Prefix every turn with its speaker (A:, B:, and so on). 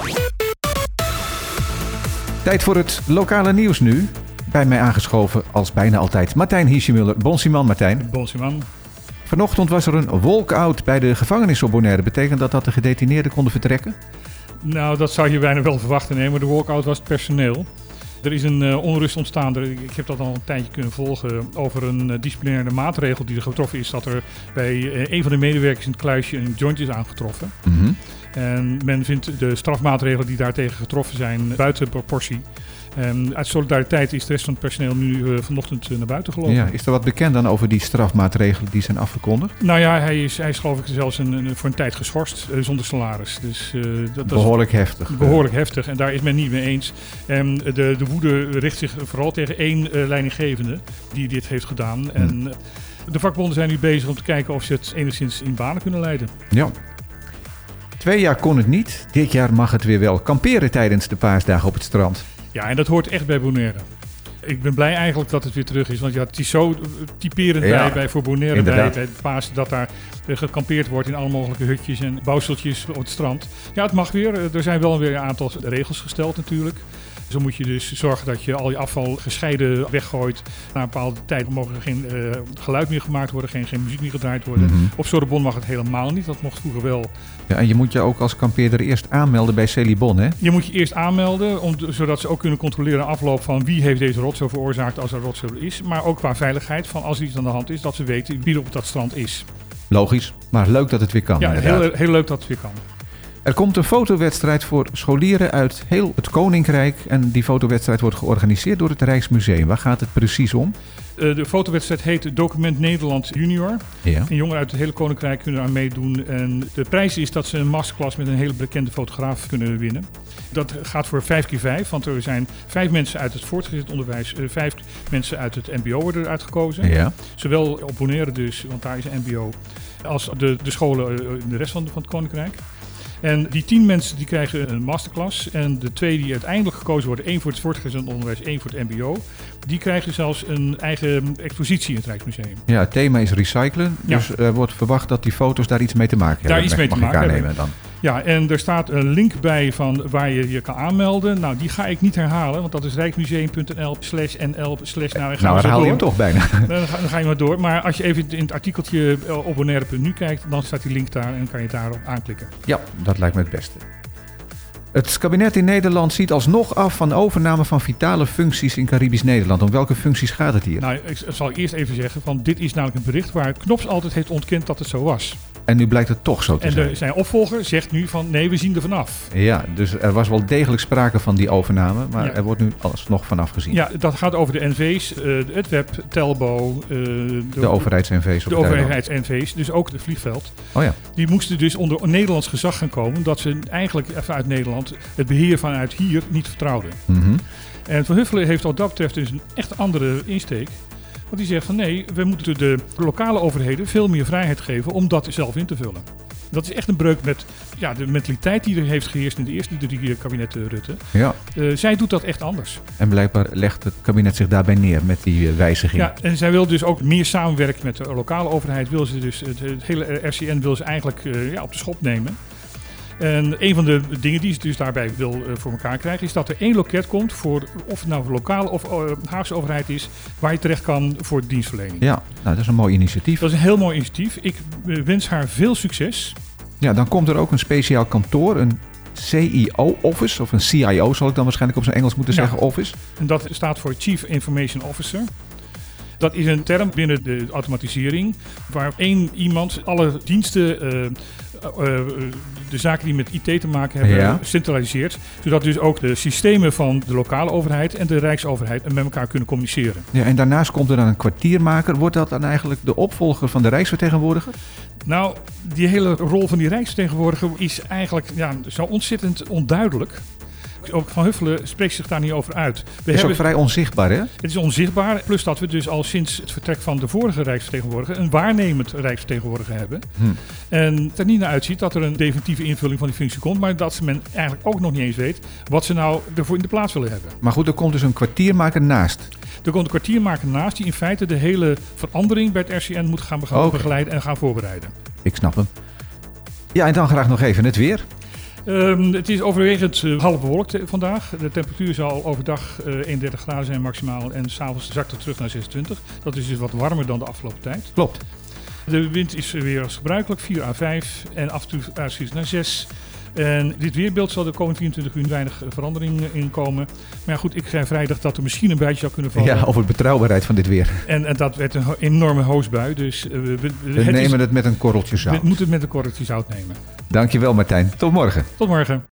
A: Tijd voor het lokale nieuws nu. Bij mij aangeschoven als bijna altijd Martijn Hiesjemuller. Bonsiman, Martijn.
B: Bonsiman.
A: Vanochtend was er een walkout bij de gevangenis op Bonaire. Betekent dat de gedetineerden konden vertrekken?
B: Nou, dat zou je bijna wel verwachten, nee, maar de walkout was het personeel. Er is een onrust ontstaan, ik heb dat al een tijdje kunnen volgen, over een disciplinaire maatregel die er getroffen is. Dat er bij een van de medewerkers in het kluisje een joint is aangetroffen.
A: Mm-hmm.
B: En men vindt de strafmaatregelen die daartegen getroffen zijn buiten proportie. Uit solidariteit is de rest van het personeel nu vanochtend naar buiten gelopen.
A: Ja, is er wat bekend dan over die strafmaatregelen die zijn afgekondigd?
B: Nou ja, hij is geloof ik zelfs voor een tijd geschorst zonder salaris. Dus, dat
A: behoorlijk heftig.
B: Behoorlijk heftig en daar is men niet mee eens. De woede richt zich vooral tegen één leidinggevende die dit heeft gedaan. En de vakbonden zijn nu bezig om te kijken of ze het enigszins in banen kunnen leiden.
A: Ja. 2 jaar kon het niet. Dit jaar mag het weer wel. Kamperen tijdens de paasdagen op het strand.
B: Ja, en dat hoort echt bij Bonaire. Ik ben blij eigenlijk dat het weer terug is. Want ja, het is zo typerend voor Bonaire bij het Pasen dat daar gekampeerd wordt in alle mogelijke hutjes en bouwseltjes op het strand. Ja, het mag weer. Er zijn wel weer een aantal regels gesteld natuurlijk. Zo moet je dus zorgen dat je al je afval gescheiden weggooit. Na een bepaalde tijd mogen er geen geluid meer gemaakt worden, geen muziek meer gedraaid worden. Mm-hmm. Op Sorbonne mag het helemaal niet, dat mocht vroeger wel.
A: Ja, en je moet je ook als kampeerder eerst aanmelden bij Celibon, hè?
B: Je moet je eerst aanmelden, zodat ze ook kunnen controleren afloop van wie heeft deze rotzooi veroorzaakt als er rotzooi is. Maar ook qua veiligheid, van als er iets aan de hand is, dat ze weten wie er op dat strand is.
A: Logisch, maar leuk dat het weer kan.
B: Ja, heel leuk dat het weer kan.
A: Er komt een fotowedstrijd voor scholieren uit heel het Koninkrijk. En die fotowedstrijd wordt georganiseerd door het Rijksmuseum. Waar gaat het precies om?
B: De fotowedstrijd heet Document Nederland Junior. Ja. En jongeren uit het hele Koninkrijk kunnen aan meedoen. En de prijs is dat ze een masterclass met een hele bekende fotograaf kunnen winnen. Dat gaat voor 5x5, want er zijn 5 mensen uit het voortgezet onderwijs, 5 mensen uit het mbo worden eruit gekozen. Ja. Zowel op Bonaire dus, want daar is een mbo, als de scholen in de rest van het Koninkrijk. En die 10 mensen die krijgen een masterclass. En de 2 die uiteindelijk gekozen worden, 1 voor het voortgezet onderwijs, 1 voor het mbo, die krijgen zelfs een eigen expositie in het Rijksmuseum.
A: Ja, het thema is recyclen. Ja. Dus er wordt verwacht dat die foto's daar iets mee te maken hebben.
B: Daar iets mee te maken
A: hebben dan.
B: Ja, en er staat een link bij van waar je je kan aanmelden. Nou, die ga ik niet herhalen, want dat is rijksmuseum.nl/nl/.
A: Nou, herhaal je hem toch bijna.
B: Dan ga je maar door. Maar als je even in het artikeltje op bonaire.nu kijkt, dan staat die link daar en kan je daarop aanklikken.
A: Ja, dat lijkt me het beste. Het kabinet in Nederland ziet alsnog af van overname van vitale functies in Caribisch Nederland. Om welke functies gaat het hier?
B: Nou, ik zal eerst even zeggen, van dit is namelijk een bericht waar Knops altijd heeft ontkend dat het zo was.
A: En nu blijkt het toch zo te zijn.
B: En zijn opvolger zegt nu van nee, we zien er vanaf.
A: Ja, dus er was wel degelijk sprake van die overname, maar er wordt nu alsnog vanaf gezien.
B: Ja, dat gaat over de NV's, het web, Telbo.
A: De overheids-NV's.
B: De overheids-NV's, dus ook het vliegveld.
A: Oh ja.
B: Die moesten dus onder Nederlands gezag gaan komen, dat ze eigenlijk even uit Nederland het beheer vanuit hier niet vertrouwden. Mm-hmm. En Van Huffelen heeft wat dat betreft dus een echt andere insteek. Want die zegt van nee, we moeten de lokale overheden veel meer vrijheid geven om dat zelf in te vullen. Dat is echt een breuk met de mentaliteit die er heeft geheerst in de eerste 3 kabinetten Rutte. Ja. Zij doet dat echt anders.
A: En blijkbaar legt het kabinet zich daarbij neer met die wijziging.
B: Ja, en zij wil dus ook meer samenwerken met de lokale overheid. Wil ze dus het hele RCN wil ze eigenlijk op de schop nemen. En een van de dingen die ze dus daarbij wil voor elkaar krijgen, is dat er 1 loket komt voor of het nou lokale of Haagse overheid is, waar je terecht kan voor dienstverlening.
A: Ja, nou, dat is een mooi initiatief.
B: Dat is een heel mooi initiatief. Ik wens haar veel succes.
A: Ja, dan komt er ook een speciaal kantoor, een CIO-office, of een CIO zal ik dan waarschijnlijk op zijn Engels moeten zeggen, office.
B: En dat staat voor Chief Information Officer. Dat is een term binnen de automatisering, waar 1 iemand alle diensten, de zaken die met IT te maken hebben, centraliseert. Zodat dus ook de systemen van de lokale overheid en de Rijksoverheid met elkaar kunnen communiceren. Ja,
A: en daarnaast komt er dan een kwartiermaker. Wordt dat dan eigenlijk de opvolger van de Rijksvertegenwoordiger?
B: Nou, die hele rol van die Rijksvertegenwoordiger is eigenlijk zo ontzettend onduidelijk. Ook Van Huffelen spreekt zich daar niet over uit.
A: Het is ook vrij onzichtbaar, hè?
B: Het is onzichtbaar, plus dat we dus al sinds het vertrek van de vorige Rijksvertegenwoordiger een waarnemend Rijksvertegenwoordiger hebben. En het er niet naar uitziet dat er een definitieve invulling van die functie komt, maar dat men eigenlijk ook nog niet eens weet wat ze nou ervoor in de plaats willen hebben.
A: Maar goed, er komt dus een kwartiermaker naast.
B: Er komt een kwartiermaker naast die in feite de hele verandering bij het RCN moet gaan begeleiden en gaan voorbereiden.
A: Ik snap hem. Ja, en dan graag nog even het weer.
B: Het is overwegend half bewolkt vandaag. De temperatuur zal overdag 31 graden zijn maximaal en s'avonds zakt het terug naar 26. Dat is dus wat warmer dan de afgelopen tijd.
A: Klopt.
B: De wind is weer als gebruikelijk 4 à 5 en af en toe uitschiet naar 6. En dit weerbeeld zal de komende 24 uur weinig verandering in komen. Maar ja, goed, ik zei vrijdag dat er misschien een buitje zou kunnen vallen.
A: Ja, over de betrouwbaarheid van dit weer.
B: En dat werd een enorme hoosbui. Dus
A: we nemen het met een korreltje zout.
B: We moeten het met een korreltje zout nemen.
A: Dankjewel Martijn. Tot morgen.
B: Tot morgen.